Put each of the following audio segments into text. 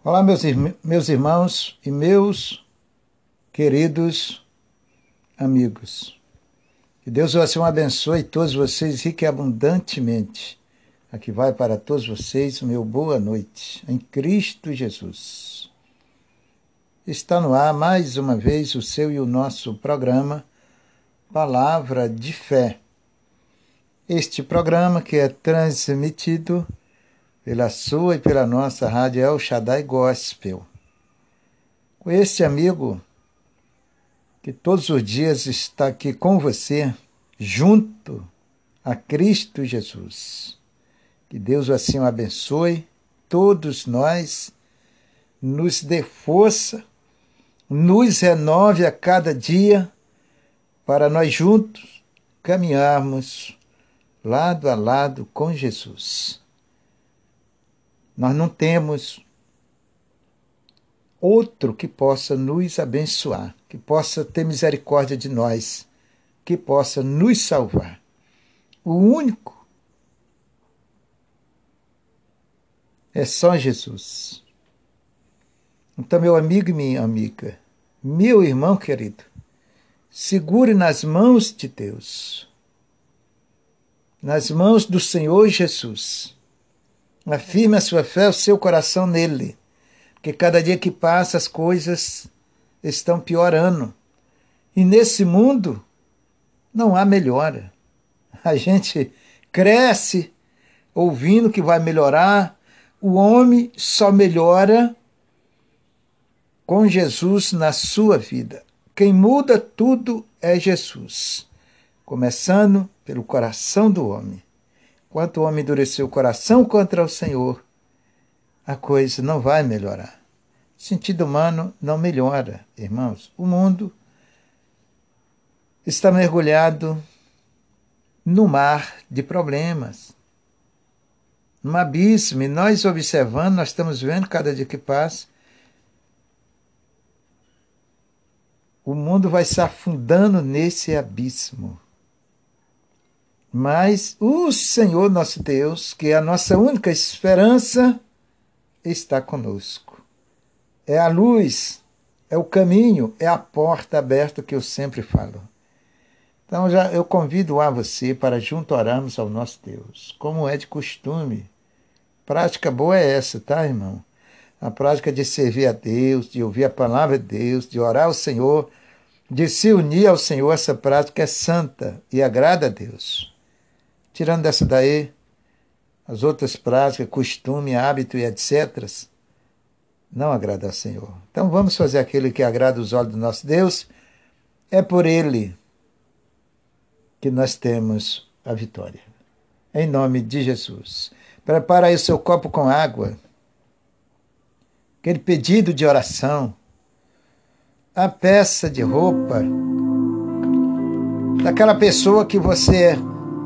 Olá, meus irmãos e meus queridos amigos. Que Deus assim abençoe todos vocês rica e abundantemente. Aqui vai para todos vocês o meu boa noite em Cristo Jesus. Está no ar mais uma vez o seu e o nosso programa Palavra de Fé. Este programa que é transmitido pela sua e pela nossa rádio El Shaddai Gospel. Com este amigo que todos os dias está aqui com você, junto a Cristo Jesus. Que Deus assim o abençoe, todos nós, nos dê força, nos renove a cada dia, para nós juntos caminharmos lado a lado com Jesus. Nós não temos outro que possa nos abençoar, que possa ter misericórdia de nós, que possa nos salvar. O único é só Jesus. Então, meu amigo e minha amiga, meu irmão querido, segure nas mãos de Deus, nas mãos do Senhor Jesus. Afirme a sua fé, o seu coração nele, porque cada dia que passa as coisas estão piorando. E nesse mundo não há melhora. A gente cresce ouvindo que vai melhorar. O homem só melhora com Jesus na sua vida. Quem muda tudo é Jesus, começando pelo coração do homem. Enquanto o homem endureceu o coração contra o Senhor, a coisa não vai melhorar. O sentido humano não melhora, irmãos. O mundo está mergulhado no mar de problemas, num abismo. E nós observando, nós estamos vendo cada dia que passa, o mundo vai se afundando nesse abismo. Mas o Senhor nosso Deus, que é a nossa única esperança, está conosco. É a luz, é o caminho, é a porta aberta que eu sempre falo. Então eu convido a você para junto orarmos ao nosso Deus, como é de costume. Prática boa é essa, tá, irmão? A prática de servir a Deus, de ouvir a palavra de Deus, de orar ao Senhor, de se unir ao Senhor, essa prática é santa e agrada a Deus. Tirando dessa daí, as outras práticas, costume, hábito e etc., não agrada ao Senhor. Então vamos fazer aquilo que agrada os olhos do nosso Deus. É por Ele que nós temos a vitória. Em nome de Jesus. Prepara aí o seu copo com água, aquele pedido de oração, a peça de roupa daquela pessoa que você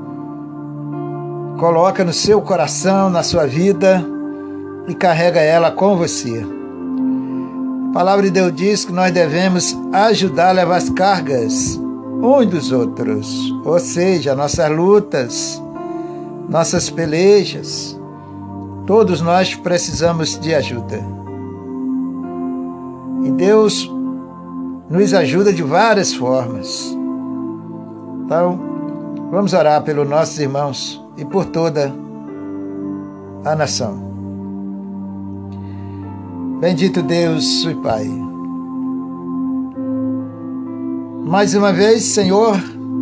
coloca no seu coração, na sua vida e carrega ela com você. A palavra de Deus diz que nós devemos ajudar a levar as cargas uns dos outros, ou seja, nossas lutas, nossas pelejas. Todos nós precisamos de ajuda. E Deus nos ajuda de várias formas. Então, vamos orar pelos nossos irmãos e por toda a nação. Bendito Deus e Pai. Mais uma vez, Senhor,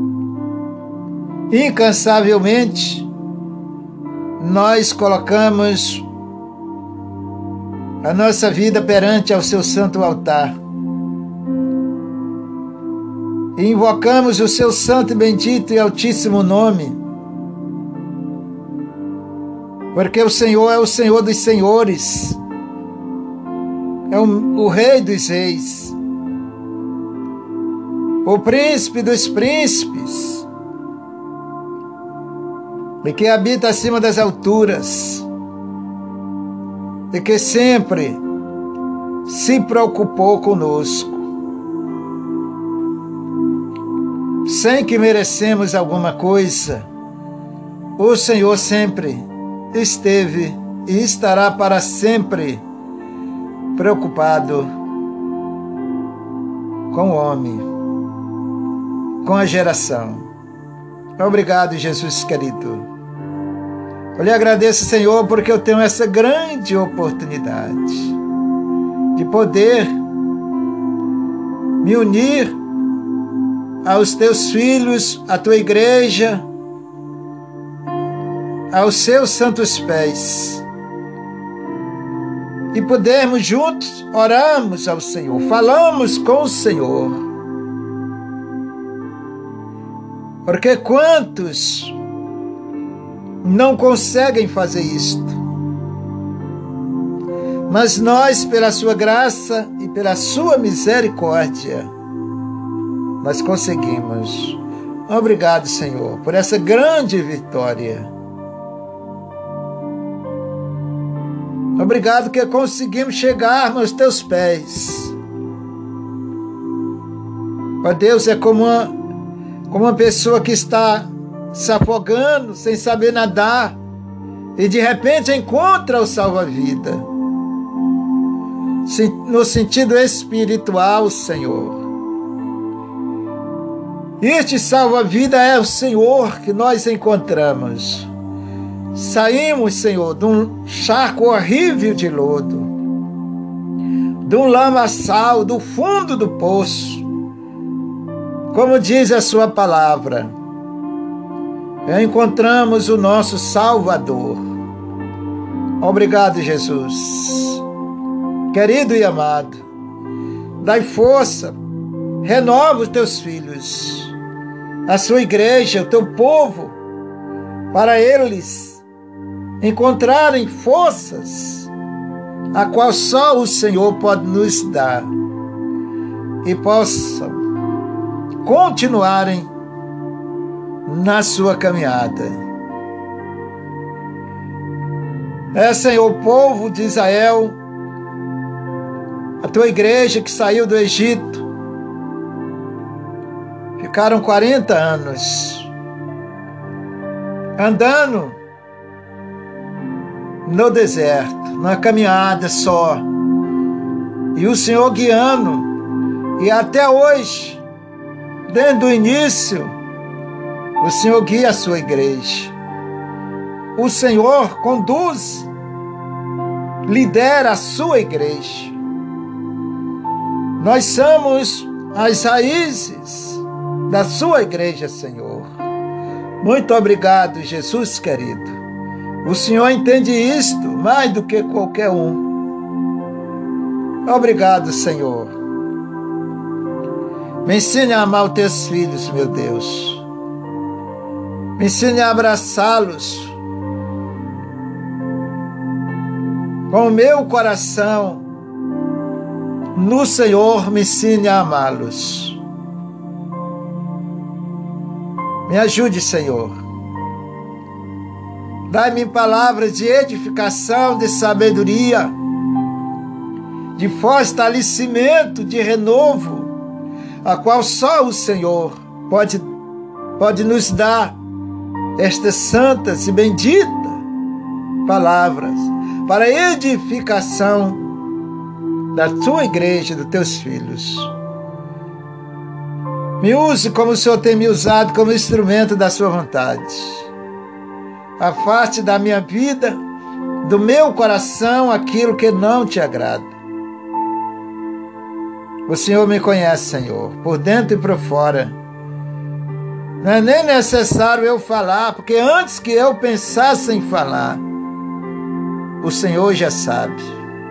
incansavelmente, nós colocamos a nossa vida perante ao seu santo altar. E invocamos o seu santo, bendito e altíssimo nome, porque o Senhor é o Senhor dos senhores, é o Rei dos reis, o Príncipe dos príncipes, e que habita acima das alturas, e que sempre se preocupou conosco, sem que merecemos alguma coisa. O Senhor sempre esteve e estará para sempre preocupado com o homem, com a geração. Obrigado, Jesus querido. Eu lhe agradeço, Senhor, porque eu tenho essa grande oportunidade de poder me unir aos teus filhos, à tua igreja, aos seus santos pés, e podermos juntos orarmos ao Senhor, falamos com o Senhor, porque quantos não conseguem fazer isto, mas nós, pela sua graça e pela sua misericórdia, nós conseguimos. Obrigado, Senhor, por essa grande vitória. Obrigado que conseguimos chegar aos teus pés. Ó Deus, é como uma pessoa que está se afogando, sem saber nadar, e de repente encontra o salva-vida. No sentido espiritual, Senhor. Este salva-vida é o Senhor que nós encontramos. Saímos, Senhor, de um charco horrível de lodo, de um lamaçal, do fundo do poço. Como diz a sua palavra, encontramos o nosso Salvador. Obrigado, Jesus. Querido e amado, dai força, renova os teus filhos, a sua igreja, o teu povo, para eles encontrarem forças, a qual só o Senhor pode nos dar, e possam continuarem na sua caminhada. Senhor, o povo de Israel, a tua igreja que saiu do Egito, ficaram 40 anos andando no deserto, na caminhada só, e o Senhor guiando, e até hoje, desde o início, o Senhor guia a sua igreja, o Senhor conduz, lidera a sua igreja. Nós somos as raízes da sua igreja, Senhor. Muito obrigado, Jesus querido. O Senhor entende isto mais do que qualquer um. Obrigado, Senhor. Me ensine a amar os teus filhos, meu Deus. Me ensine a abraçá-los com o meu coração. No Senhor, me ensine a amá-los. Me ajude, Senhor. Dai-me palavras de edificação, de sabedoria, de fortalecimento, de renovo, a qual só o Senhor pode nos dar estas santas e benditas palavras para edificação da tua igreja, dos teus filhos. Me use como o Senhor tem me usado, como instrumento da sua vontade. Afaste da minha vida, do meu coração, aquilo que não te agrada. O Senhor me conhece, Senhor, por dentro e por fora. Não é nem necessário eu falar, porque antes que eu pensasse em falar, o Senhor já sabe.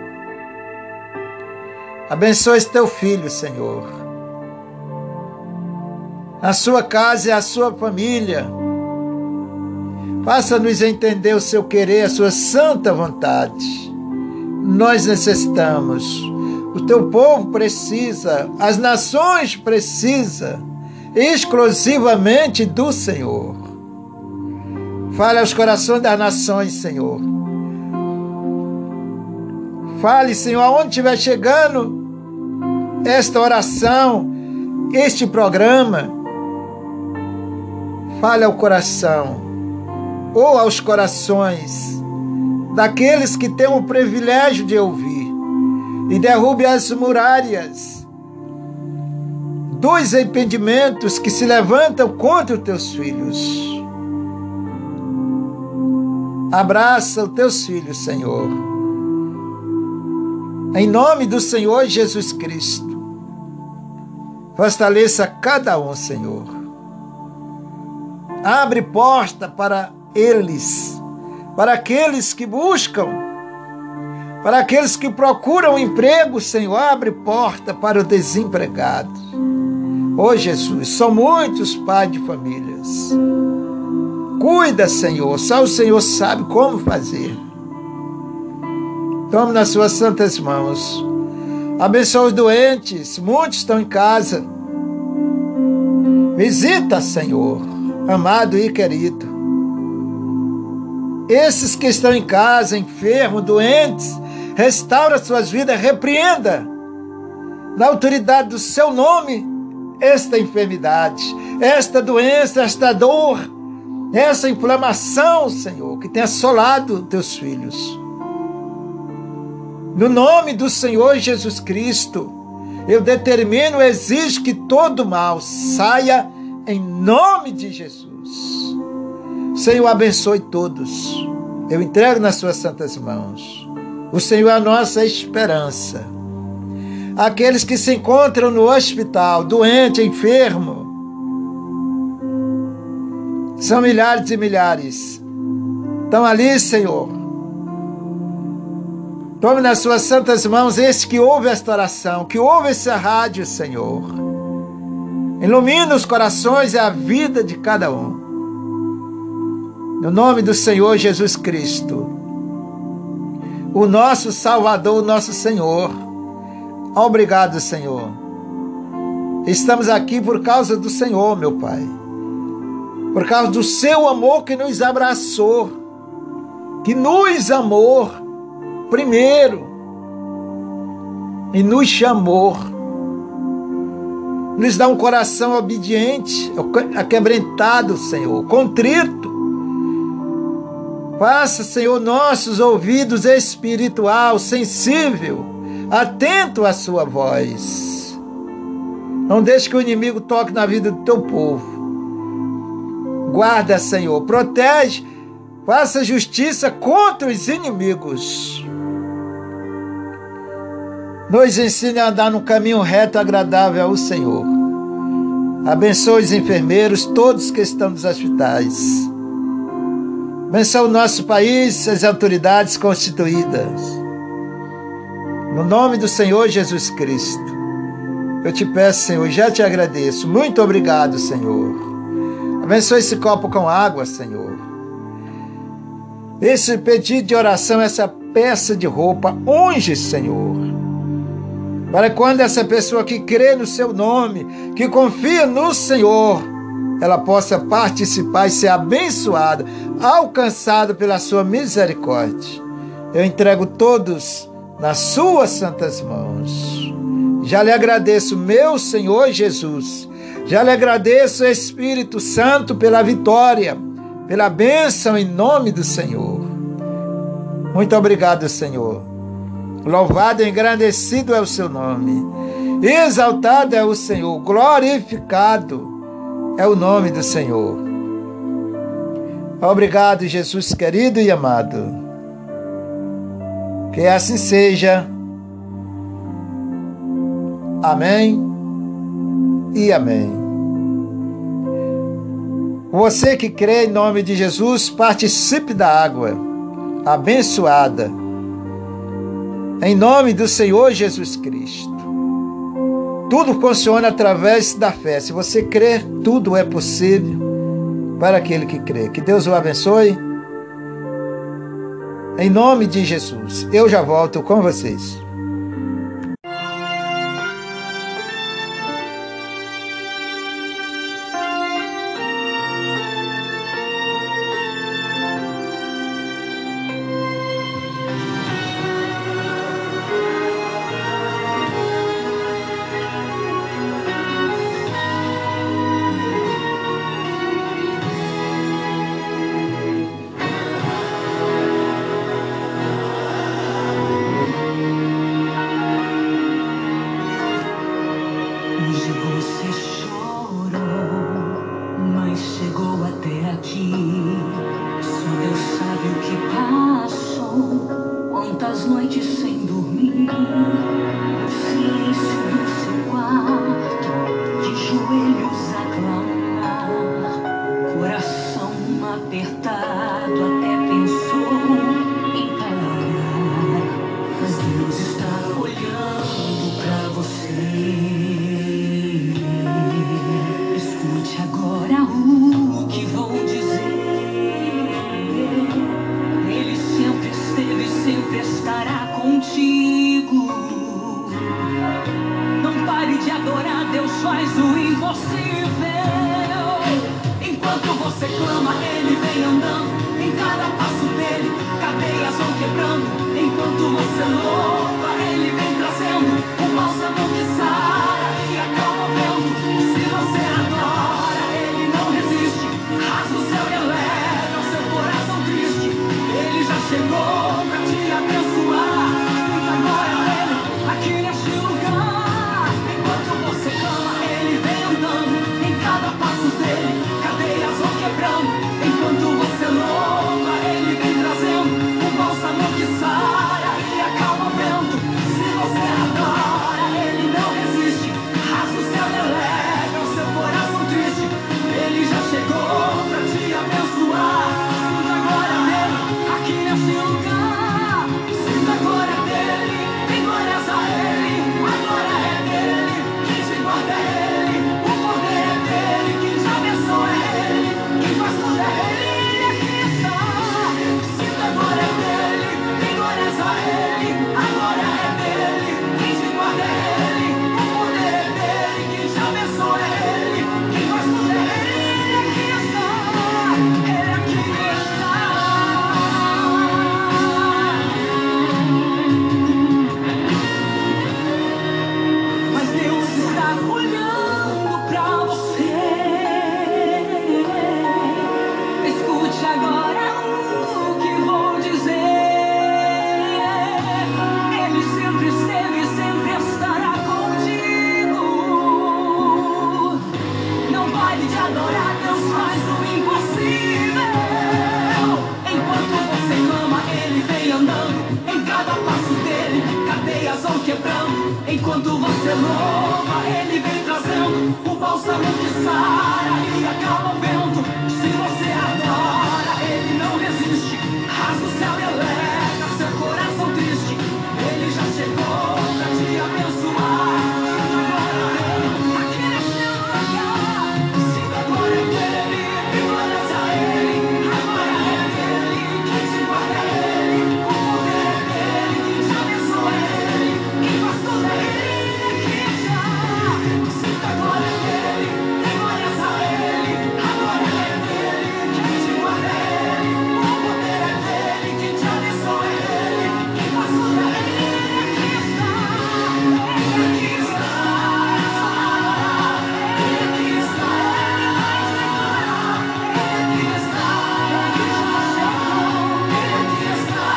Abençoe esse teu filho, Senhor. A sua casa e a sua família. Faça-nos entender o seu querer, a sua santa vontade. Nós necessitamos. O teu povo precisa, as nações precisam exclusivamente do Senhor. Fale aos corações das nações, Senhor. Fale, Senhor, aonde estiver chegando esta oração, este programa. Fale ao coração ou aos corações daqueles que têm o privilégio de ouvir. e derrube as muralhas dos impedimentos que se levantam contra os teus filhos. Abraça os teus filhos, Senhor. Em nome do Senhor Jesus Cristo, fortaleça cada um, Senhor. Abre porta para eles, para aqueles que buscam, para aqueles que procuram emprego, Senhor. Abre porta para o desempregado. Ó Jesus, são muitos pais de famílias. Cuida, Senhor, só o Senhor sabe como fazer. Tome nas suas santas mãos. Abençoa os doentes, muitos estão em casa. Visita, Senhor, amado e querido. Esses que estão em casa, enfermos, doentes, restaura suas vidas, repreenda, na autoridade do seu nome, esta enfermidade, esta doença, esta dor, essa inflamação, Senhor, que tem assolado teus filhos. No nome do Senhor Jesus Cristo, eu determino e exijo que todo mal saia em nome de Jesus. Senhor, abençoe todos. Eu entrego nas suas santas mãos. O Senhor é a nossa esperança. Aqueles que se encontram no hospital, doente, enfermo, são milhares e milhares. Estão ali, Senhor. Tome nas suas santas mãos esse que ouve esta oração, que ouve essa rádio, Senhor. Ilumina os corações e a vida de cada um. No nome do Senhor Jesus Cristo, o nosso Salvador, o nosso Senhor. Obrigado, Senhor. Estamos aqui por causa do Senhor, meu Pai. Por causa do seu amor que nos abraçou, que nos amou primeiro e nos chamou. Nos dá um coração obediente, aquebrantado, Senhor, contrito. Faça, Senhor, nossos ouvidos espiritual, sensível, atento à sua voz. Não deixe que o inimigo toque na vida do teu povo. Guarda, Senhor, protege, faça justiça contra os inimigos. Nos ensine a andar no caminho reto e agradável ao Senhor. Abençoe os enfermeiros, todos que estão nos hospitais. Abençoe o nosso país, as autoridades constituídas. No nome do Senhor Jesus Cristo, eu te peço, Senhor, já te agradeço. Muito obrigado, Senhor. Abençoe esse copo com água, Senhor. Esse pedido de oração, essa peça de roupa, unge, Senhor. Para quando essa pessoa que crê no seu nome, que confia no Senhor, ela possa participar e ser abençoada, alcançada pela sua misericórdia. Eu entrego todos nas suas santas mãos. Já lhe agradeço, meu Senhor Jesus. Já lhe agradeço, Espírito Santo, pela vitória, pela bênção em nome do Senhor. Muito obrigado, Senhor. Louvado e engrandecido é o seu nome. Exaltado é o Senhor. Glorificado é o nome do Senhor. Obrigado, Jesus querido e amado. Que assim seja. Amém e amém. Você que crê em nome de Jesus, participe da água abençoada. Em nome do Senhor Jesus Cristo. Tudo funciona através da fé. Se você crer, tudo é possível para aquele que crê. Que Deus o abençoe. Em nome de Jesus. Eu já volto com vocês. noite sem dormir, no silêncio do seu quarto, de joelhos a clamar, coração apertado, até pensou em parar, mas Deus está olhando pra você. Escute agora o que vou dizer. Ele sempre esteve e sempre estará contigo. Não pare de adorar, Deus faz o impossível. Enquanto você clama, Ele vem andando. Em cada passo dele, cadeias vão quebrando. Enquanto você louva, Ele vem trazendo um bálsamo que sara e acalma o vento. Se você adora, Ele não resiste. Rasga o céu e eleva o seu coração triste. Ele já chegou pra te abençoar. Sinta agora Ele aqui neste lugar. Enquanto você clama, Ele vem andando. Em cada passo dele, cadeias vão quebrando. Enquanto você louva, Ele vem trazendo um bálsamo que sara e acalma o vento. Se você adora, Ele não resiste. Rasga o céu e eleva o seu coração triste. Ele já chegou pra te abençoar. Sinta agora nele, aqui neste lugar. Sinta a glória dele, tem glórias a ele. A glória é dele, quem te guarda é ele. O poder é dele, quem te abençoa é ele. Quem faz tudo é ele, e aqui está. Sinta a glória dele, tem glórias a ele. A glória é dele, quem te guarda é ele. O poder é dele, quem te abençoa é ele. Quem faz tudo é ele, e aqui está. Ele aqui está. Mas Deus está olhando pra você. Escute agora o que vou dizer. Ele sempre esteve e sempre estará contigo. Não pare de adorar, Deus faz o impossível. Enquanto você clama, Ele vem andando. Em cada passo dele, cadeias vão quebrando. Enquanto você louva, Ele vem trazendo o bálsamo que sara e acalma o vento. Se você adora, Ele não resiste. Rasga o céu e eleva seu coração triste. Ele já chegou pra te abençoar. Sinta a glória dele, aqui neste lugar. Sinta a glória dele, tem glórias a ele. A glória é dele, quem te guarda é ele. O poder é dele, quem te abençoa é ele. Quem faz tudo é ele, aqui está. Sinta a glória dele, tem glórias a ele. A glória é dele, quem te guarda é ele. O poder é dele, quem te abençoa é ele. Quem faz tudo é ele, aqui está. Ele aqui está. Ele aqui está. Ele aqui está. Ele já chegou. Ele aqui está.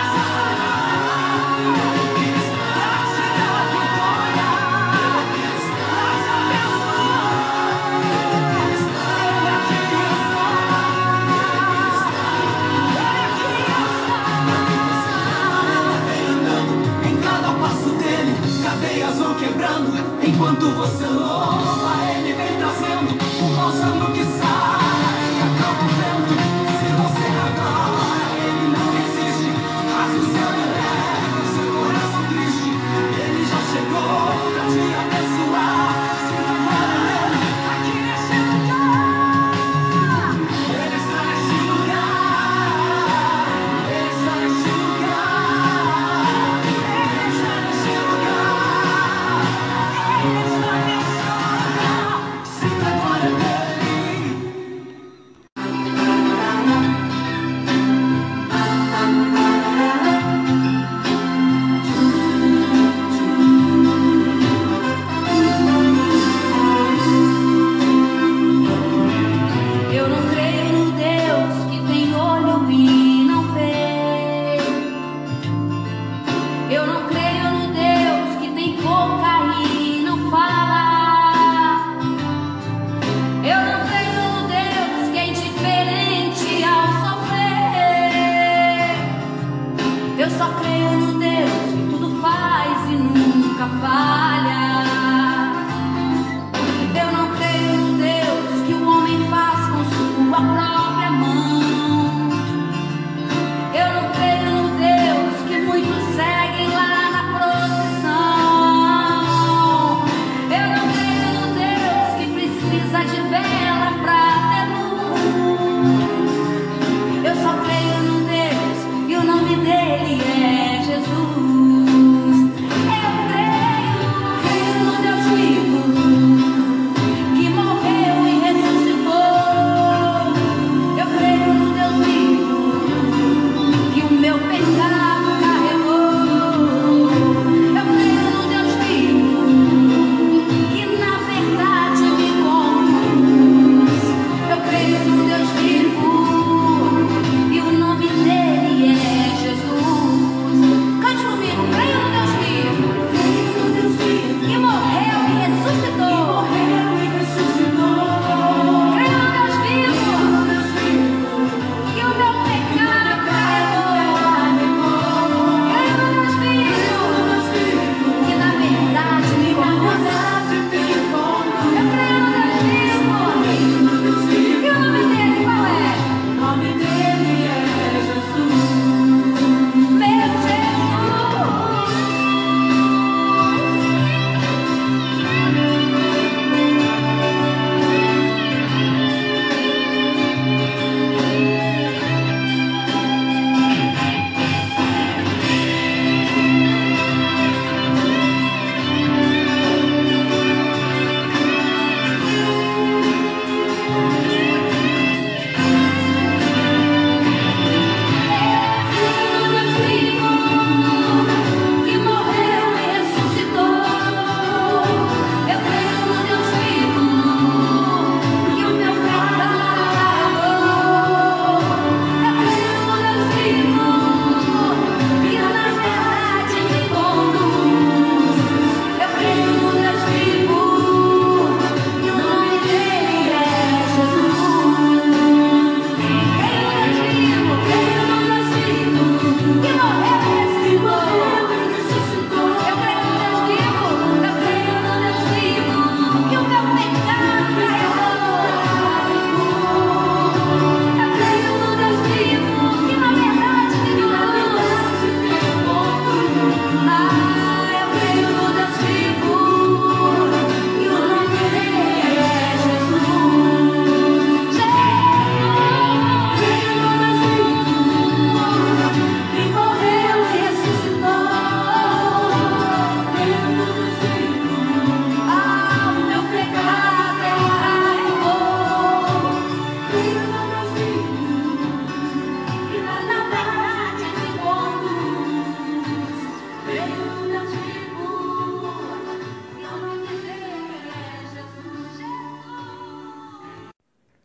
Ele aqui está. Te dá a vitória. Ele aqui está. Te abençoa. Ele aqui está. Ele aqui está. Em cada passo dele, cadeias vão quebrando. Enquanto você louva, Ele vem trazendo um bálsamo que sara e acalma o vento. Se você adora, Ele não resiste. Rasga o céu e eleva o seu coração triste. Ele já chegou pra te abençoar. Sinta agora nele, aqui neste lugar. Ele está neste lugar. Ele está neste lugar. Ele está neste lugar. Ele está neste lugar. Sinta a glória dele.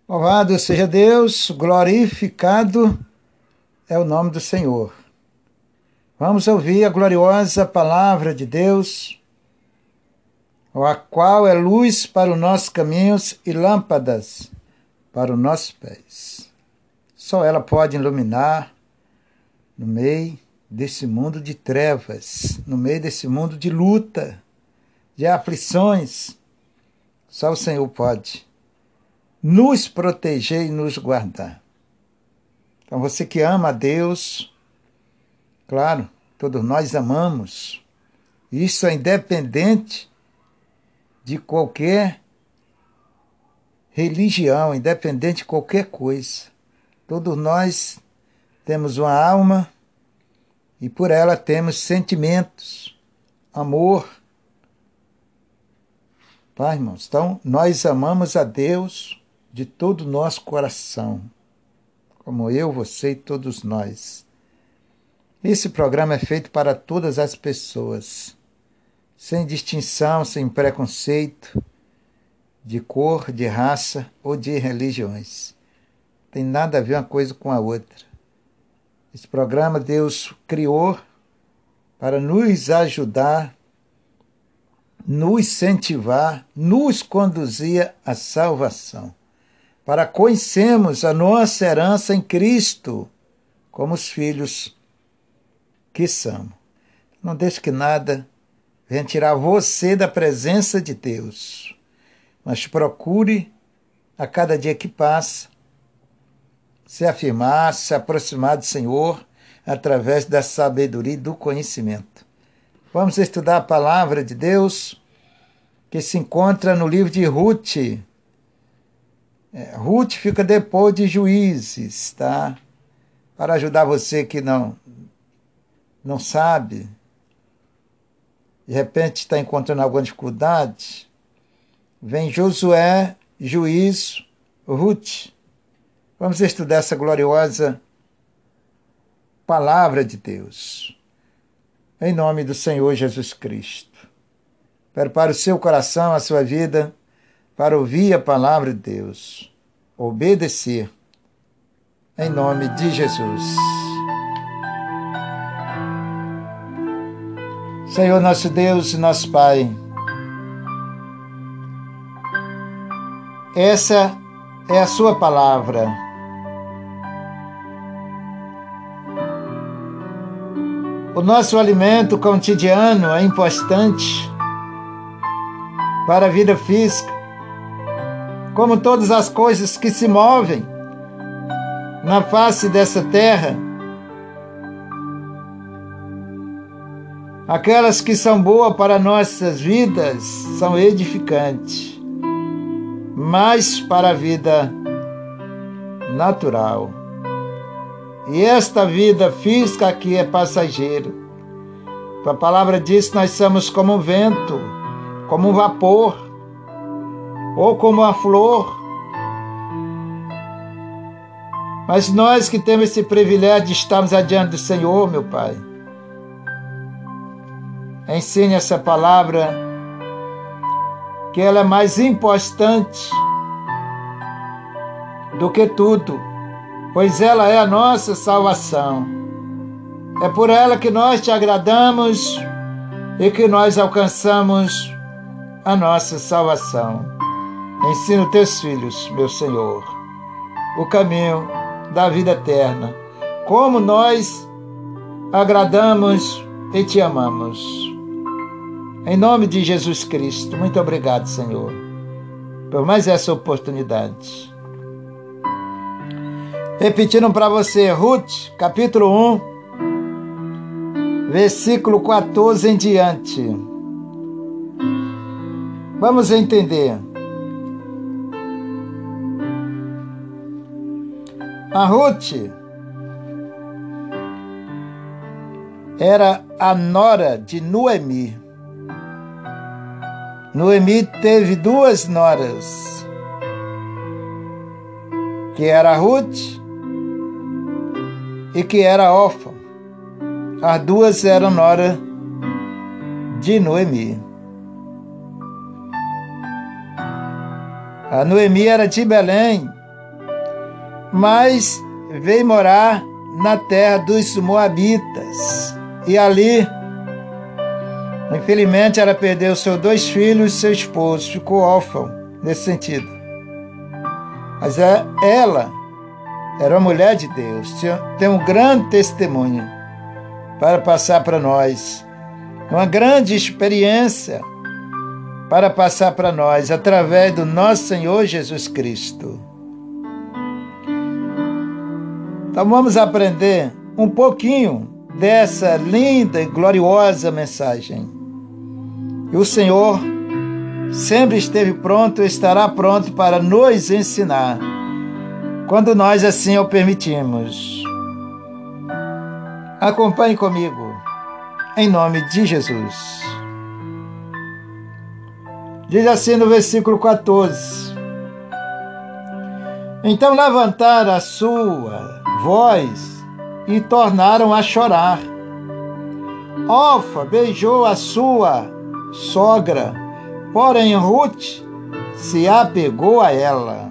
Louvado seja Deus, glorificado é o nome do Senhor. Vamos ouvir a gloriosa palavra de Deus, a qual é luz para os nossos caminhos e lâmpadas para os nossos pés. Só ela pode iluminar no meio desse mundo de trevas, no meio desse mundo de luta, de aflições. Só o Senhor pode nos proteger e nos guardar. Então você que ama a Deus, claro, todos nós amamos. Isso é independente de qualquer religião, independente de qualquer coisa. Todos nós temos uma alma e por ela temos sentimentos, amor. Tá, irmãos? Então, nós amamos a Deus de todo o nosso coração, como eu, você e todos nós. Esse programa é feito para todas as pessoas, sem distinção, sem preconceito, de cor, de raça ou de religiões. Tem nada a ver uma coisa com a outra. Esse programa Deus criou para nos ajudar, nos incentivar, nos conduzir à salvação, para conhecermos a nossa herança em Cristo, como os filhos que somos. Não deixe que nada venha tirar você da presença de Deus, mas procure, a cada dia que passa, se afirmar, se aproximar do Senhor, através da sabedoria e do conhecimento. Vamos estudar a palavra de Deus, que se encontra no livro de Ruth. Ruth fica depois de Juízes, tá? Para ajudar você que não sabe, de repente está encontrando alguma dificuldade, vem Josué, Juízo, Ruth. Vamos estudar essa gloriosa palavra de Deus. Em nome do Senhor Jesus Cristo. Prepare o seu coração, a sua vida, para ouvir a palavra de Deus, obedecer, em nome de Jesus. Senhor nosso Deus e nosso Pai, essa é a sua palavra. O nosso alimento cotidiano é importante para a vida física, como todas as coisas que se movem na face dessa terra. Aquelas que são boas para nossas vidas são edificantes, mas para a vida natural. E esta vida física aqui é passageira. A palavra diz que nós somos como um vento, como um vapor, ou como uma flor. Mas nós que temos esse privilégio de estarmos adiante do Senhor, meu Pai, ensine essa palavra, que ela é mais importante do que tudo, pois ela é a nossa salvação. É por ela que nós te agradamos e que nós alcançamos a nossa salvação. Ensina os teus filhos, meu Senhor, o caminho da vida eterna, como nós agradamos e te amamos. Em nome de Jesus Cristo, muito obrigado, Senhor, por mais essa oportunidade. Repetindo para você, Ruth, capítulo 1, versículo 14 em diante. Vamos entender. A Ruth era a nora de Noemi. Noemi teve duas noras, que era Ruth e que era Orfa. As duas eram nora de Noemi. A Noemi era de Belém, mas veio morar na terra dos Moabitas. E ali, infelizmente, ela perdeu seus 2 filhos e seu esposo, ficou órfã nesse sentido. Mas ela era uma mulher de Deus, tem um grande testemunho para passar para nós, uma grande experiência para passar para nós, através do nosso Senhor Jesus Cristo. Então vamos aprender um pouquinho dessa linda e gloriosa mensagem. E o Senhor sempre esteve pronto e estará pronto para nos ensinar, quando nós assim o permitimos. Acompanhe comigo, em nome de Jesus. Diz assim no versículo 14: Então levantaram a sua voz e tornaram a chorar. Orfa beijou a sua sogra, porém Ruth se apegou a ela.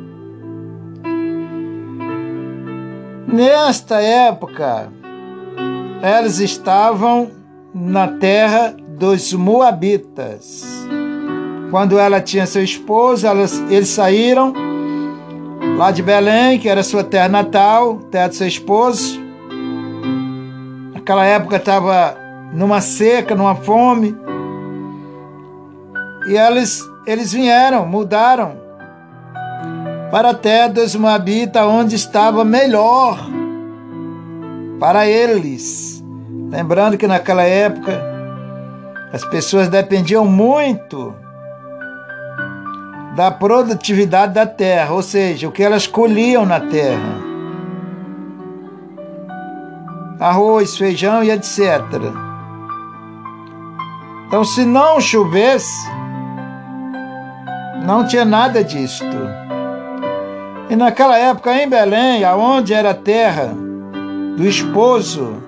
Nesta época, elas estavam na terra dos Moabitas. Quando ela tinha seu esposo, eles saíram lá de Belém, que era sua terra natal, terra do seu esposo. Naquela época estava numa seca, numa fome. E eles vieram, mudaram para a terra dos Moabitas, onde estava melhor para eles. Lembrando que naquela época as pessoas dependiam muito da produtividade da terra, ou seja, o que elas colhiam na terra. Arroz, feijão e etc. Então, se não chovesse, não tinha nada disto. E naquela época, em Belém, aonde era a terra do esposo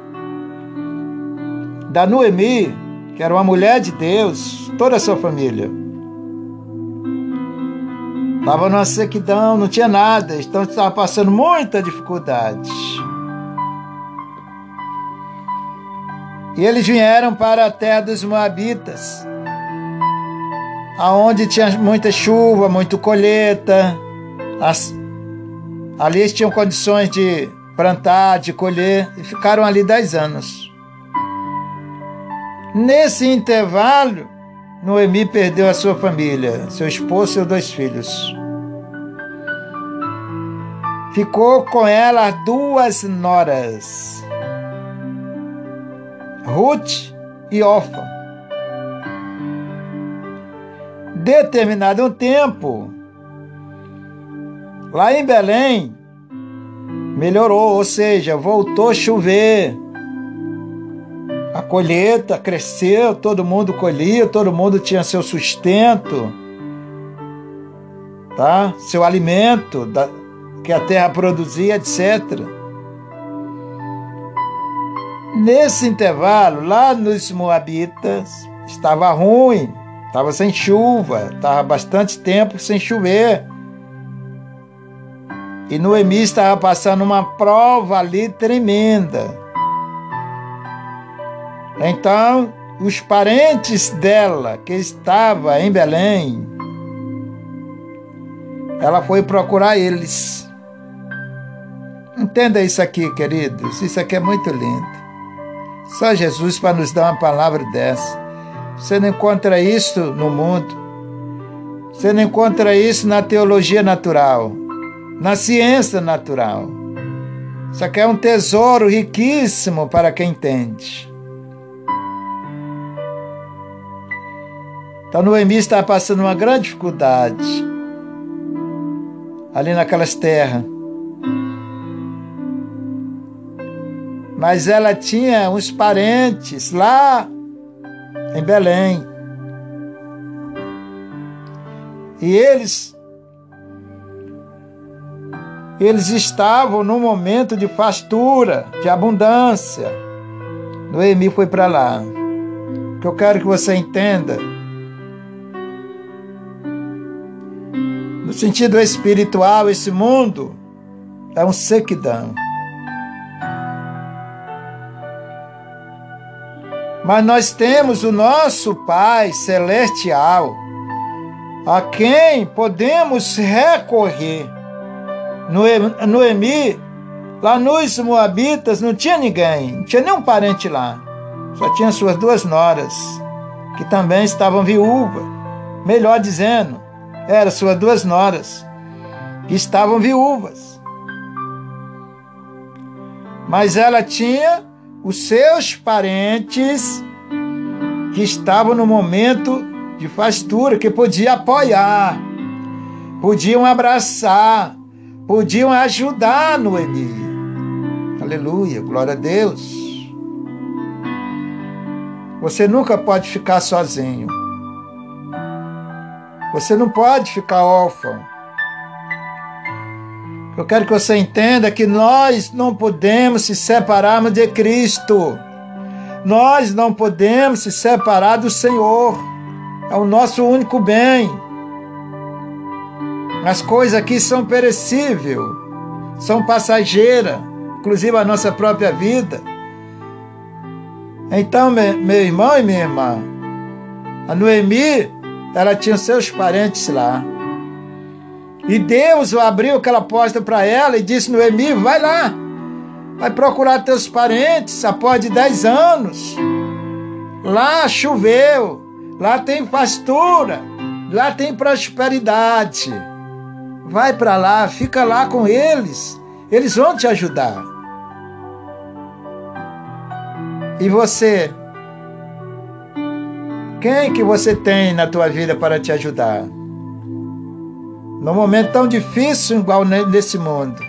da Noemi, que era uma mulher de Deus, toda a sua família, estava numa sequidão, não tinha nada, então estava passando muita dificuldade. E eles vieram para a terra dos Moabitas, aonde tinha muita chuva, muita colheita. Ali eles tinham condições de plantar, de colher, e ficaram ali 10 anos. Nesse intervalo, Noemi perdeu a sua família, seu esposo e seus 2 filhos. Ficou com ela 2 noras, Ruth e Orfa. Determinado um tempo, lá em Belém, melhorou, ou seja, voltou a chover. A colheita cresceu, todo mundo colhia, todo mundo tinha seu sustento, tá? Seu alimento que a terra produzia, etc. Nesse intervalo, lá nos Moabitas, estava ruim, estava sem chuva, estava bastante tempo sem chover. E Noemi estava passando uma prova ali tremenda. Então, os parentes dela, que estavam em Belém, ela foi procurar eles. Entenda isso aqui, queridos. Isso aqui é muito lindo. Só Jesus para nos dar uma palavra dessa. Você não encontra isso no mundo. Você não encontra isso na teologia natural, na ciência natural. Isso aqui é um tesouro riquíssimo para quem entende. Então, Noemi estava passando uma grande dificuldade ali naquelas terras. Mas ela tinha uns parentes lá em Belém. E eles estavam num momento de fartura, de abundância. Noemi foi para lá. O que eu quero que você entenda, no sentido espiritual, esse mundo é um sequidão. Mas nós temos o nosso Pai Celestial, a quem podemos recorrer. Noemi, lá nos Moabitas, não tinha ninguém, não tinha nenhum parente lá. Só tinha suas 2 noras, que também estavam viúvas. Melhor dizendo, eram suas 2 noras, que estavam viúvas. Mas ela tinha os seus parentes que estavam no momento de fastura, que podiam apoiar, podiam abraçar, podiam ajudar Noemi. Aleluia, glória a Deus. Você nunca pode ficar sozinho. Você não pode ficar órfão. Eu quero que você entenda que nós não podemos se separarmos de Cristo. Nós não podemos se separar do Senhor. É o nosso único bem. As coisas aqui são perecíveis, são passageiras, inclusive a nossa própria vida. Então, meu irmão e minha irmã, a Noemi, ela tinha seus parentes lá. E Deus abriu aquela porta para ela e disse: Noemi, vai lá, vai procurar teus parentes após 10 anos. Lá choveu, lá tem pastura, lá tem prosperidade. Vai para lá, fica lá com eles, eles vão te ajudar. E você? Quem que você tem na tua vida para te ajudar? Num momento tão difícil igual nesse mundo.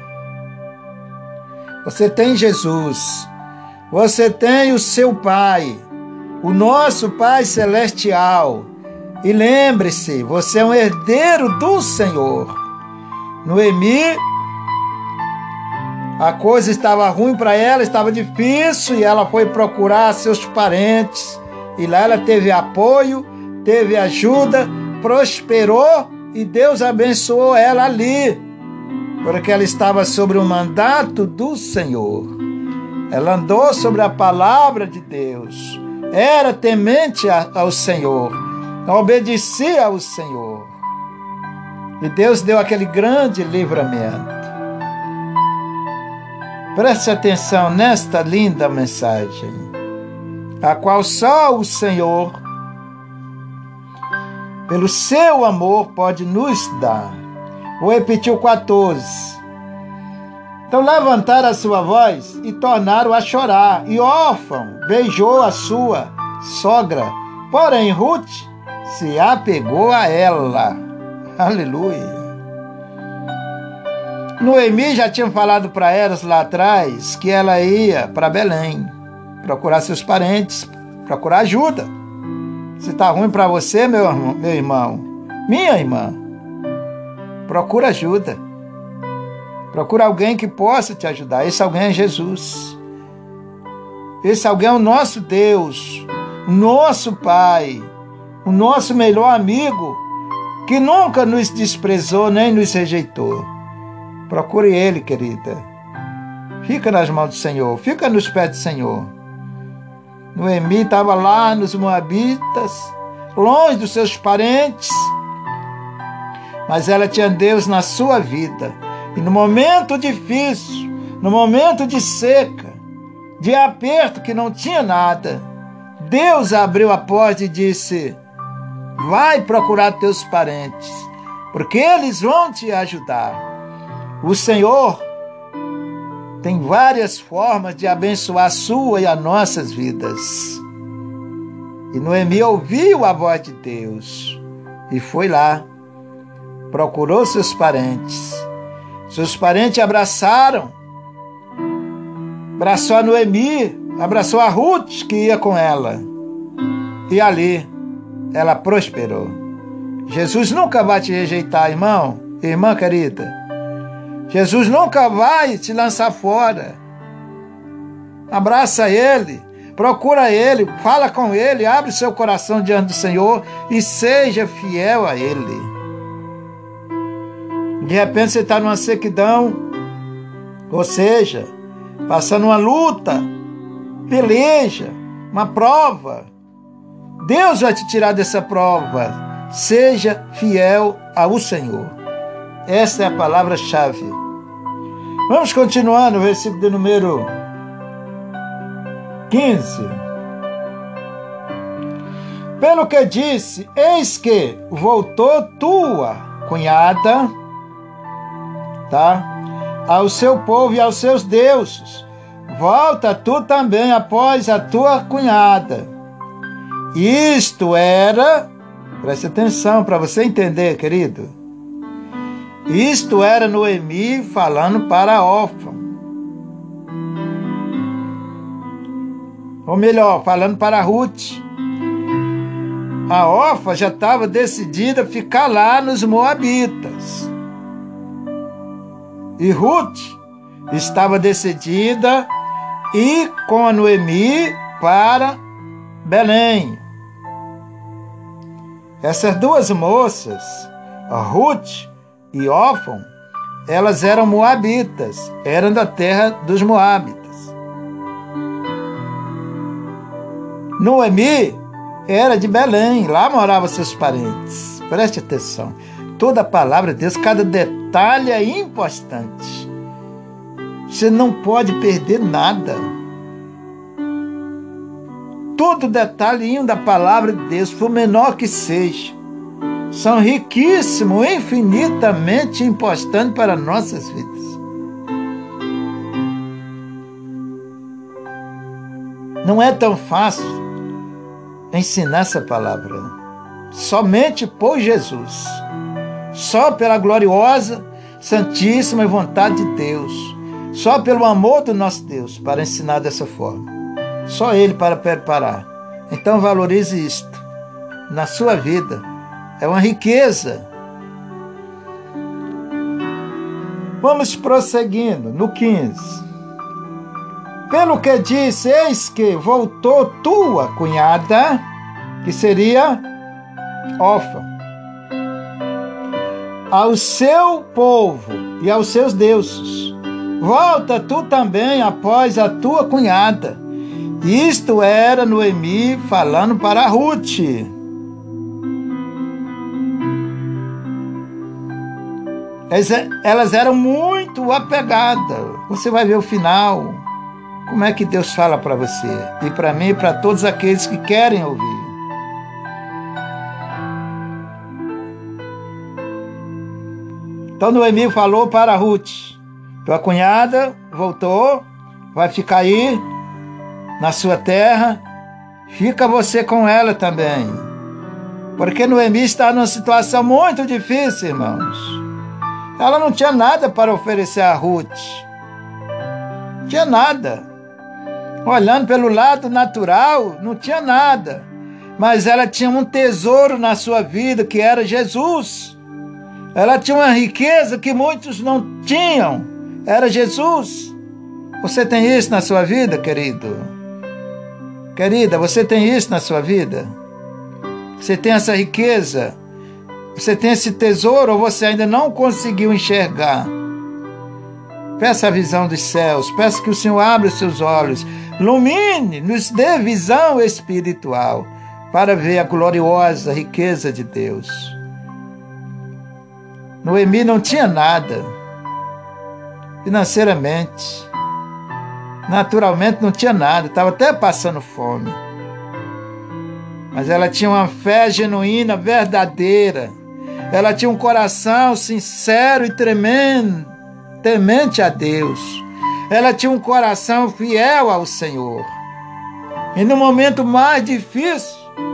Você tem Jesus. Você tem o seu Pai, o nosso Pai Celestial. E lembre-se, você é um herdeiro do Senhor. Noemi, a coisa estava ruim para ela, estava difícil, e ela foi procurar seus parentes. E lá ela teve apoio, teve ajuda, prosperou, e Deus abençoou ela ali, porque ela estava sobre o mandato do Senhor. Ela andou sobre a palavra de Deus, era temente ao Senhor, obedecia ao Senhor. E Deus deu aquele grande livramento. Preste atenção nesta linda mensagem, a qual só o Senhor, pelo seu amor, pode nos dar. Vou repetir o 14. Então levantaram a sua voz e tornaram a chorar. E órfão beijou a sua sogra. Porém, Ruth se apegou a ela. Aleluia. Noemi já tinha falado para elas lá atrás que ela ia para Belém procurar seus parentes, procurar ajuda. Se está ruim para você, meu irmão, minha irmã, procura ajuda. Procura alguém que possa te ajudar. Esse alguém é Jesus. Esse alguém é o nosso Deus, o nosso Pai, o nosso melhor amigo, que nunca nos desprezou nem nos rejeitou. Procure Ele, querida. Fica nas mãos do Senhor, fica nos pés do Senhor. Noemi estava lá nos Moabitas, longe dos seus parentes, mas ela tinha Deus na sua vida. E no momento difícil, no momento de seca, de aperto, que não tinha nada, Deus abriu a porta e disse: vai procurar teus parentes, porque eles vão te ajudar. O Senhor tem várias formas de abençoar a sua e as nossas vidas. E Noemi ouviu a voz de Deus e foi lá, procurou seus parentes. Seus parentes abraçou a Noemi, abraçou a Ruth, que ia com ela. E ali ela prosperou. Jesus nunca vai te rejeitar, irmão, irmã querida. Jesus nunca vai te lançar fora. Abraça Ele, procura Ele, fala com Ele, abre seu coração diante do Senhor e seja fiel a Ele. De repente você está numa sequidão, Ou seja, passando uma luta, peleja, uma prova. Deus vai te tirar dessa prova. Seja fiel ao Senhor. Essa é a palavra-chave. Vamos continuar no versículo de número 15. Pelo que disse, eis que voltou tua cunhada, ao seu povo e aos seus deuses. Volta tu também após a tua cunhada. Isto era, preste atenção para você entender, querido. Isto era Noemi falando para Orfa. Ou melhor, falando para Ruth. A Orfa já estava decidida a ficar lá nos Moabitas. E Ruth estava decidida a ir com a Noemi para Belém. Essas duas moças, a Ruth e Orfa, elas eram moabitas, eram da terra dos moabitas. Noemi era de Belém, lá moravam seus parentes. Preste atenção. Toda a palavra de Deus, cada detalhe é importante. Você não pode perder nada. Todo detalhinho da palavra de Deus, por menor que seja, são riquíssimos, infinitamente importantes para nossas vidas. Não é tão fácil ensinar essa palavra. Somente por Jesus. Só pela gloriosa, santíssima vontade de Deus. Só pelo amor do nosso Deus para ensinar dessa forma. Só Ele para preparar. Então valorize isto na sua vida. É uma riqueza. Vamos prosseguindo no 15. Pelo que disse, eis que voltou tua cunhada, que seria Orfa, ao seu povo e aos seus deuses. Volta tu também após a tua cunhada. Isto era Noemi falando para Ruth. Elas eram muito apegadas. Você vai ver o final. Como é que Deus fala para você? E para mim e para todos aqueles que querem ouvir. Então Noemi falou para Ruth: tua cunhada voltou, vai ficar aí na sua terra, fica você com ela também. Porque Noemi está numa situação muito difícil, irmãos. Ela não tinha nada para oferecer a Ruth. Não tinha nada. Olhando pelo lado natural, não tinha nada. Mas ela tinha um tesouro na sua vida, que era Jesus. Ela tinha uma riqueza que muitos não tinham. Era Jesus. Você tem isso na sua vida, querido? Querida, você tem isso na sua vida? Você tem essa riqueza? Você tem esse tesouro ou você ainda não conseguiu enxergar? Peça a visão dos céus. Peça que o Senhor abra os seus olhos. Ilumine, nos dê visão espiritual para ver a gloriosa riqueza de Deus. Noemi não tinha nada financeiramente. Naturalmente não tinha nada. Estava até passando fome. Mas ela tinha uma fé genuína, verdadeira. Ela tinha um coração sincero e temente a Deus. Ela tinha um coração fiel ao Senhor. E no momento mais difícil,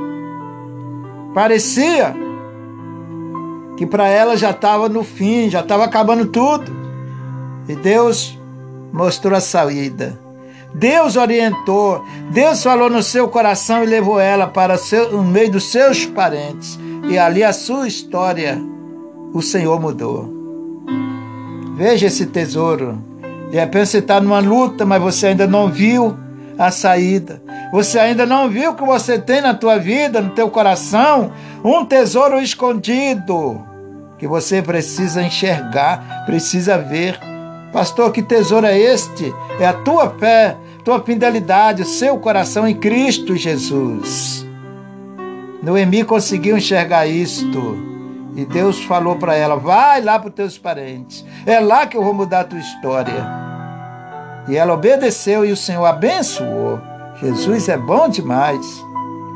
parecia que para ela já estava no fim, já estava acabando tudo. E Deus mostrou a saída. Deus orientou. Deus falou no seu coração e levou ela para o meio dos seus parentes. E ali a sua história, o Senhor mudou. Veja esse tesouro. De repente você está numa luta, mas você ainda não viu a saída. Você ainda não viu que você tem na tua vida, no teu coração, um tesouro escondido que você precisa enxergar, precisa ver Pastor, que tesouro é este? É a tua fé, tua fidelidade, o seu coração em Cristo Jesus. Noemi conseguiu enxergar isto. E Deus falou para ela, vai lá para os teus parentes. É lá que eu vou mudar a tua história. E ela obedeceu e o Senhor abençoou. Jesus é bom demais.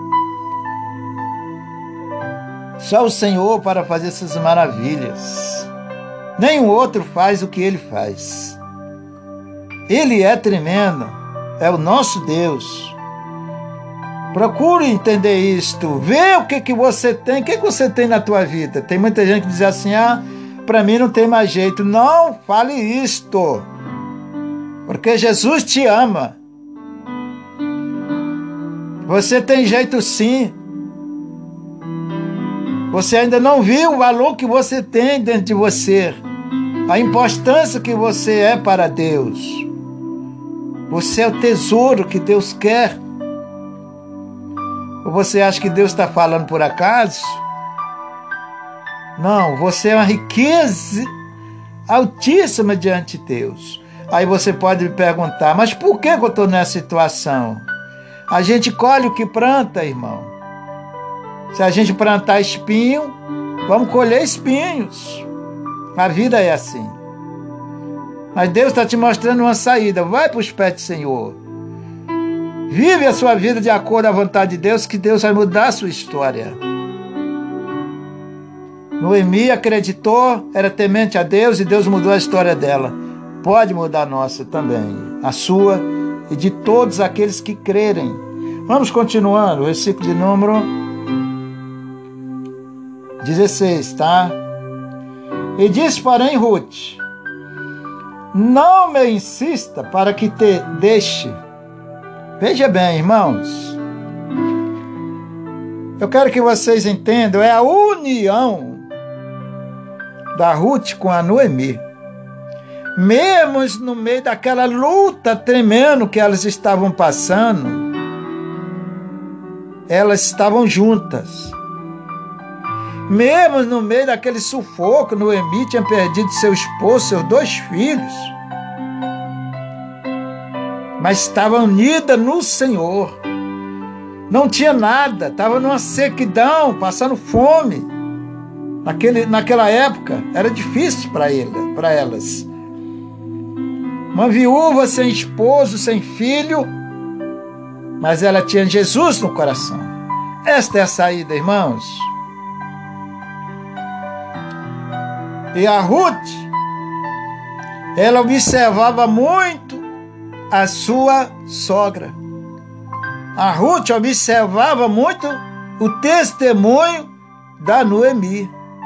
Só o Senhor para fazer essas maravilhas. Nenhum outro faz o que Ele faz. Ele é tremendo. É o nosso Deus. Procure entender isto. Vê o que você tem. O que você tem na tua vida? Tem muita gente que diz assim, para mim não tem mais jeito. Não fale isto. Porque Jesus te ama. Você tem jeito sim. Você ainda não viu o valor que você tem dentro de você. A importância que você é para Deus. Você é o tesouro que Deus quer. Ou você acha que Deus está falando por acaso? Não, você é uma riqueza altíssima diante de Deus. Aí você pode me perguntar, mas por que eu estou nessa situação? A gente colhe o que planta, irmão. Se a gente plantar espinho, vamos colher espinhos. A vida é assim. Mas Deus está te mostrando uma saída. Vai para os pés do Senhor. Vive a sua vida de acordo à vontade de Deus, que Deus vai mudar a sua história. Noemi acreditou, era temente a Deus e Deus mudou a história dela. Pode mudar a nossa também, a sua e de todos aqueles que crerem. Vamos continuando, versículo de número 16, tá? E disse, porém, Ruth, não me insista para que te deixe. Veja bem, irmãos, eu quero que vocês entendam, é a união da Ruth com a Noemi. Mesmo no meio daquela luta tremenda que elas estavam passando, elas estavam juntas. Mesmo no meio daquele sufoco, Noemi tinha perdido seu esposo, seus 2 filhos. Mas estava unida no Senhor. Não tinha nada, estava numa sequidão, passando fome. Naquela época, era difícil para elas. Uma viúva sem esposo, sem filho, mas ela tinha Jesus no coração. Esta é a saída, irmãos. E a Ruth, ela observava muito a sua sogra. A Ruth observava muito o testemunho da Noemi.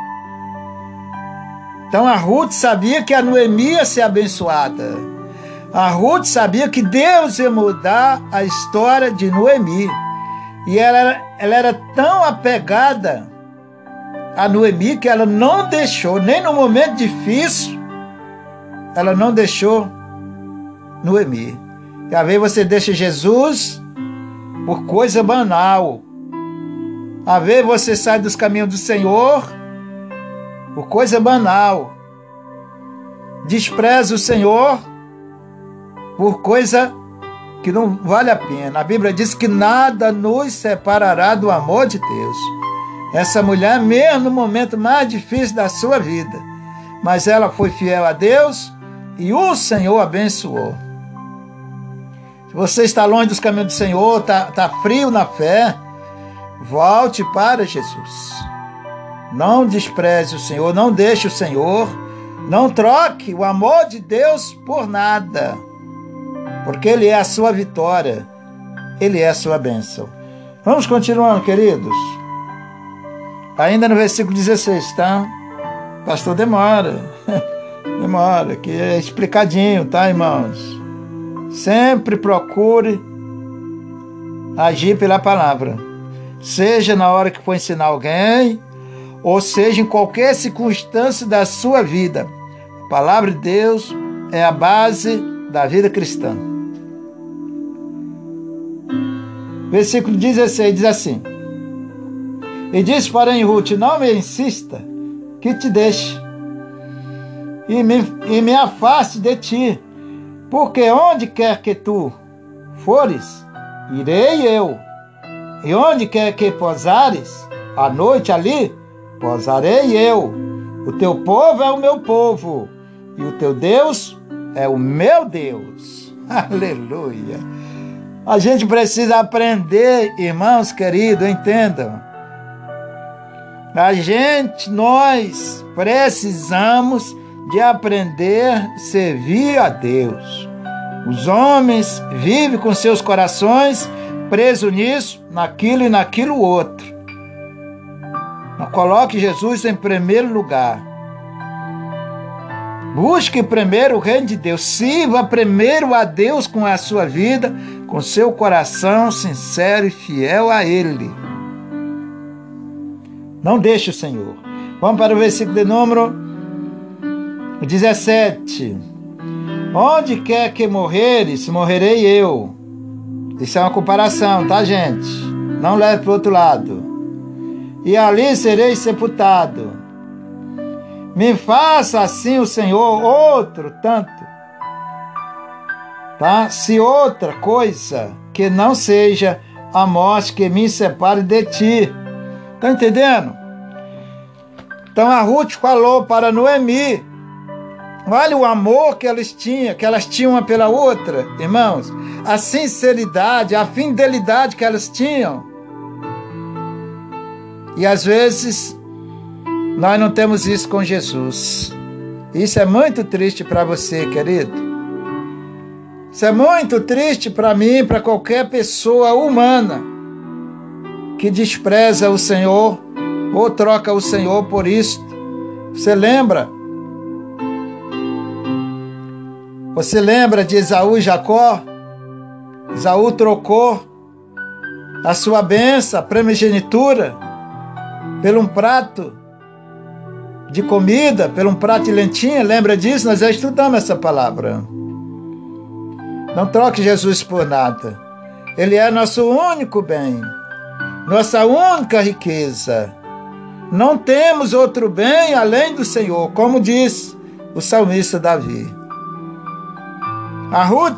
Então a Ruth sabia que a Noemi ia ser abençoada. A Ruth sabia que Deus ia mudar a história de Noemi. E ela era tão apegada a Noemi que ela não deixou, nem no momento difícil, ela não deixou Noemi. E às vezes você deixa Jesus por coisa banal. Às vezes você sai dos caminhos do Senhor por coisa banal. Despreza o Senhor por coisa que não vale a pena. A Bíblia diz que nada nos separará do amor de Deus. Essa mulher, mesmo no momento mais difícil da sua vida, mas ela foi fiel a Deus e o Senhor abençoou. Se você está longe dos caminhos do Senhor, está frio na fé, volte para Jesus. Não despreze o Senhor, não deixe o Senhor, não troque o amor de Deus por nada, porque Ele é a sua vitória, Ele é a sua bênção. Vamos continuando, queridos. Ainda no versículo 16, tá? Pastor, demora, que é explicadinho, tá, irmãos? Sempre procure agir pela palavra, seja na hora que for ensinar alguém, ou seja em qualquer circunstância da sua vida. A palavra de Deus é a base da vida cristã. Versículo 16 diz assim: E disse, porém, Ruth, não me insista que te deixe. e me afaste de ti, porque onde quer que tu fores, irei eu, e onde quer que pousares, à noite ali, pousarei eu. O teu povo é o meu povo, e o teu Deus é o meu Deus. Aleluia! A gente precisa aprender, irmãos queridos, entendam. Nós precisamos de aprender a servir a Deus. Os homens vivem com seus corações presos nisso, naquilo e naquilo outro. Não coloque Jesus em primeiro lugar. Busque primeiro o reino de Deus. Sirva primeiro a Deus com a sua vida, com seu coração sincero e fiel a Ele. Não deixe o Senhor. Vamos para o versículo de número 17. Onde quer que morreres, morrerei eu. Isso é uma comparação, tá, gente? Não leve para o outro lado. E ali serei sepultado. Me faça assim o Senhor outro tanto, tá? Se outra coisa que não seja a morte que me separe de ti. Tá entendendo? Então a Ruth falou para Noemi, olha o amor que elas tinham uma pela outra, irmãos, a sinceridade, a fidelidade que elas tinham. E às vezes nós não temos isso com Jesus. Isso é muito triste para você, querido. Isso é muito triste para mim, para qualquer pessoa humana que despreza o Senhor ou troca o Senhor por isto. Você lembra? Você lembra de Esaú e Jacó? Esaú trocou a sua bênção, a primogenitura, por um prato de comida, por um prato de lentilha. Lembra disso? Nós já estudamos essa palavra. Não troque Jesus por nada. Ele é nosso único bem, nossa única riqueza. Não temos outro bem além do Senhor, como diz o salmista Davi. A Ruth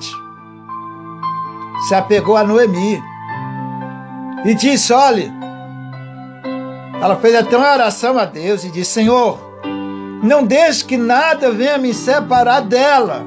se apegou a Noemi e disse, olha, ela fez até uma oração a Deus e disse, Senhor, não deixe que nada venha me separar dela.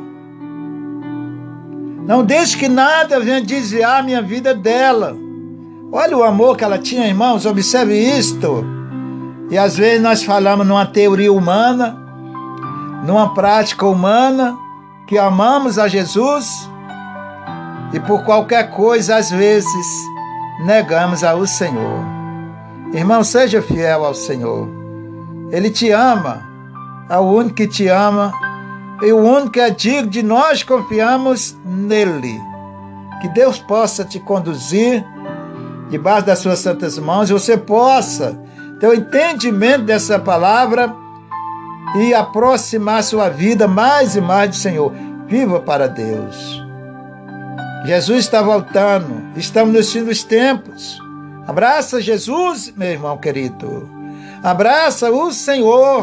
Não deixe que nada venha desviar a minha vida dela. Olha o amor que ela tinha, irmãos, observe isto. E às vezes nós falamos numa teoria humana, numa prática humana, que amamos a Jesus e por qualquer coisa, às vezes, negamos ao Senhor. Irmão, seja fiel ao Senhor. Ele te ama, é o único que te ama e o único que é digno de nós confiarmos nele. Que Deus possa te conduzir debaixo das suas santas mãos e você possa ter o entendimento dessa palavra e aproximar sua vida mais e mais do Senhor. Viva para Deus. Jesus está voltando. Estamos nos fins dos tempos. Abraça Jesus, meu irmão querido. Abraça o Senhor.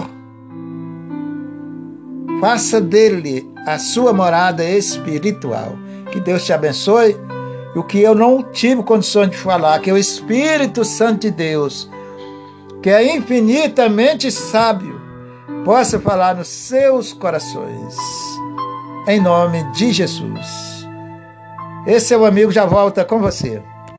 Faça dele a sua morada espiritual. Que Deus te abençoe. E o que eu não tive condições de falar, que é o Espírito Santo de Deus, que é infinitamente sábio, possa falar nos seus corações. Em nome de Jesus. Esse seu amigo já volta com você.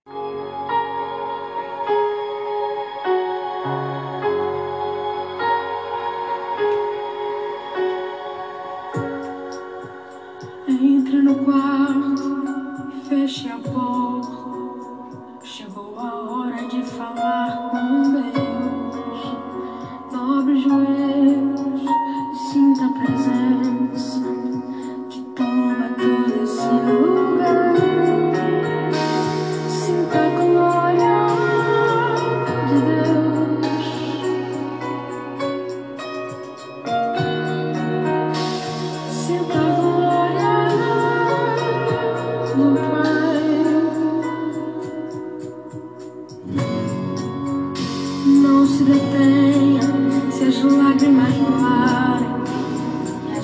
Entre no quarto, feche a porta. Chegou a hora de falar com Deus. Dobre os joelhos e sinta a presença que toma todo esse lugar. Sinta a glória de Deus. Sinta a glória do Pai. Não se detenha se as lágrimas rolarem.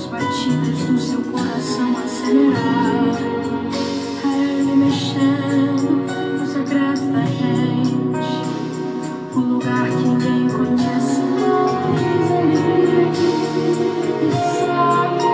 batidas do seu coração acelerar. É Ele mexendo no secreto da gente, o lugar que ninguém conhece, mas Ele vê e sabe.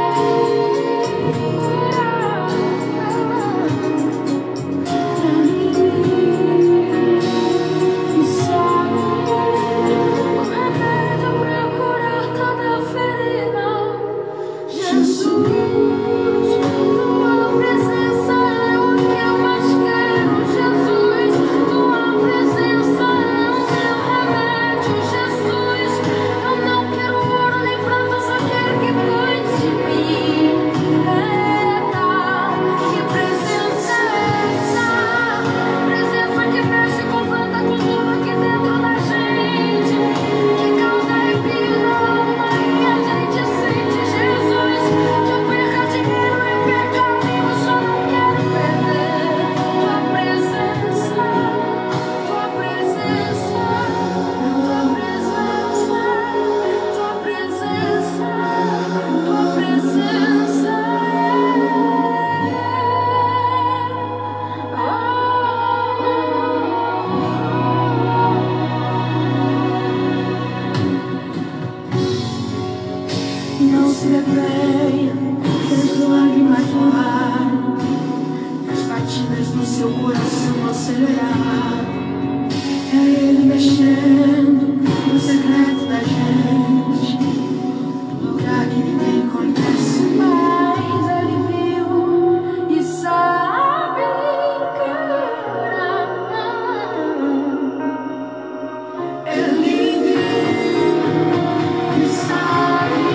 Não se detenha, vejo lágrimas rolar, as batidas do seu coração acelerar. É Ele mexendo no secreto da gente, um lugar que ninguém conhece, mas Ele viu e sabe que Ele viu e sabe.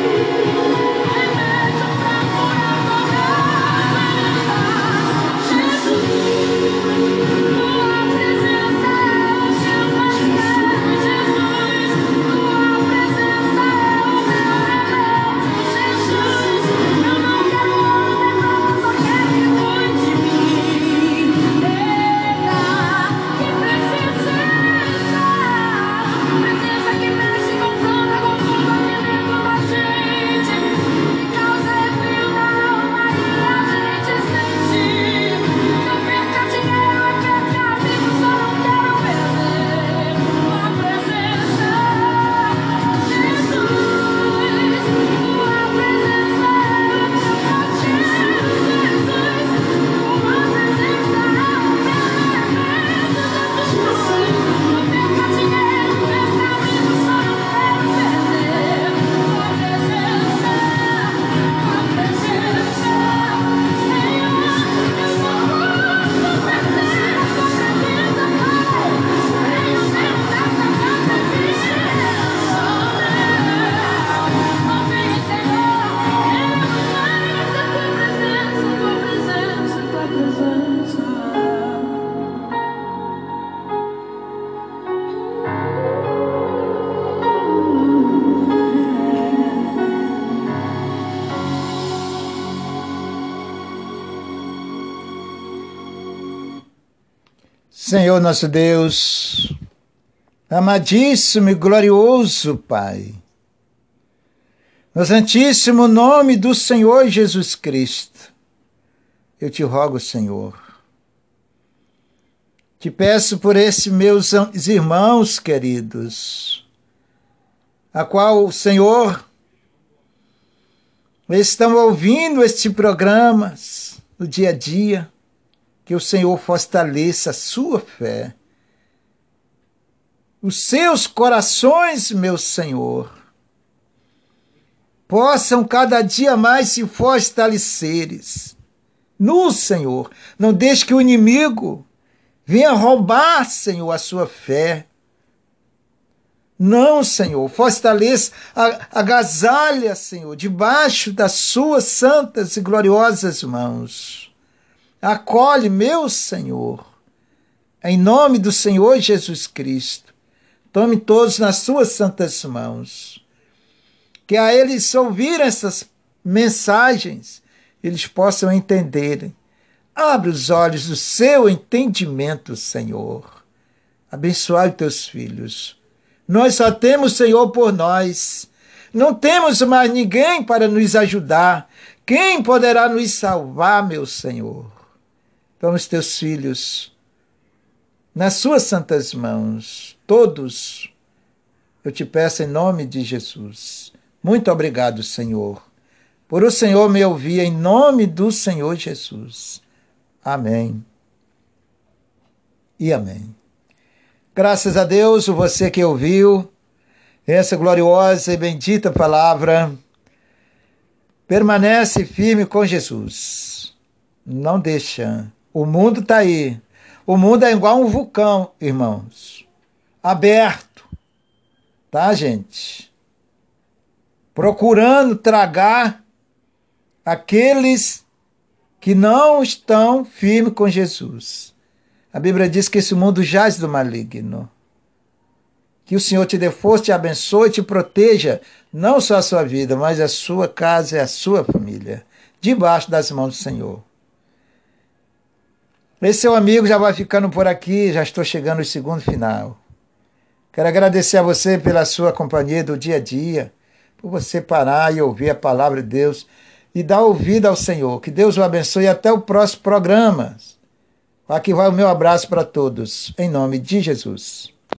Senhor nosso Deus, amadíssimo e glorioso Pai, no santíssimo nome do Senhor Jesus Cristo, eu te rogo, Senhor, te peço por esses meus irmãos queridos, a qual, Senhor, estão ouvindo este programa no dia a dia, que o Senhor fortaleça a sua fé, os seus corações, meu Senhor, possam cada dia mais se fortaleceres no Senhor. Não deixe que o inimigo venha roubar, Senhor, a sua fé. Não, Senhor, fortaleça, agasalha, Senhor, debaixo das suas santas e gloriosas mãos. Acolhe, meu Senhor, em nome do Senhor Jesus Cristo. Tome todos nas suas santas mãos. Que a eles ouvirem essas mensagens, eles possam entender. Abre os olhos do seu entendimento, Senhor. Abençoai os teus filhos. Nós só temos, Senhor, por nós. Não temos mais ninguém para nos ajudar. Quem poderá nos salvar, meu Senhor? Vamos, teus filhos, nas suas santas mãos, todos, eu te peço em nome de Jesus. Muito obrigado, Senhor, por o Senhor me ouvir em nome do Senhor Jesus. Amém e amém. Graças a Deus, você que ouviu essa gloriosa e bendita palavra, permanece firme com Jesus. Não deixa. O mundo está aí. O mundo é igual um vulcão, irmãos. Aberto. Tá, gente? Procurando tragar aqueles que não estão firmes com Jesus. A Bíblia diz que esse mundo jaz do maligno. Que o Senhor te dê força, te abençoe, te proteja, não só a sua vida, mas a sua casa e a sua família, debaixo das mãos do Senhor. Esse seu amigo já vai ficando por aqui, já estou chegando no segundo final. Quero agradecer a você pela sua companhia do dia a dia, por você parar e ouvir a palavra de Deus e dar ouvido ao Senhor. Que Deus o abençoe e até o próximo programa. Aqui vai o meu abraço para todos, em nome de Jesus.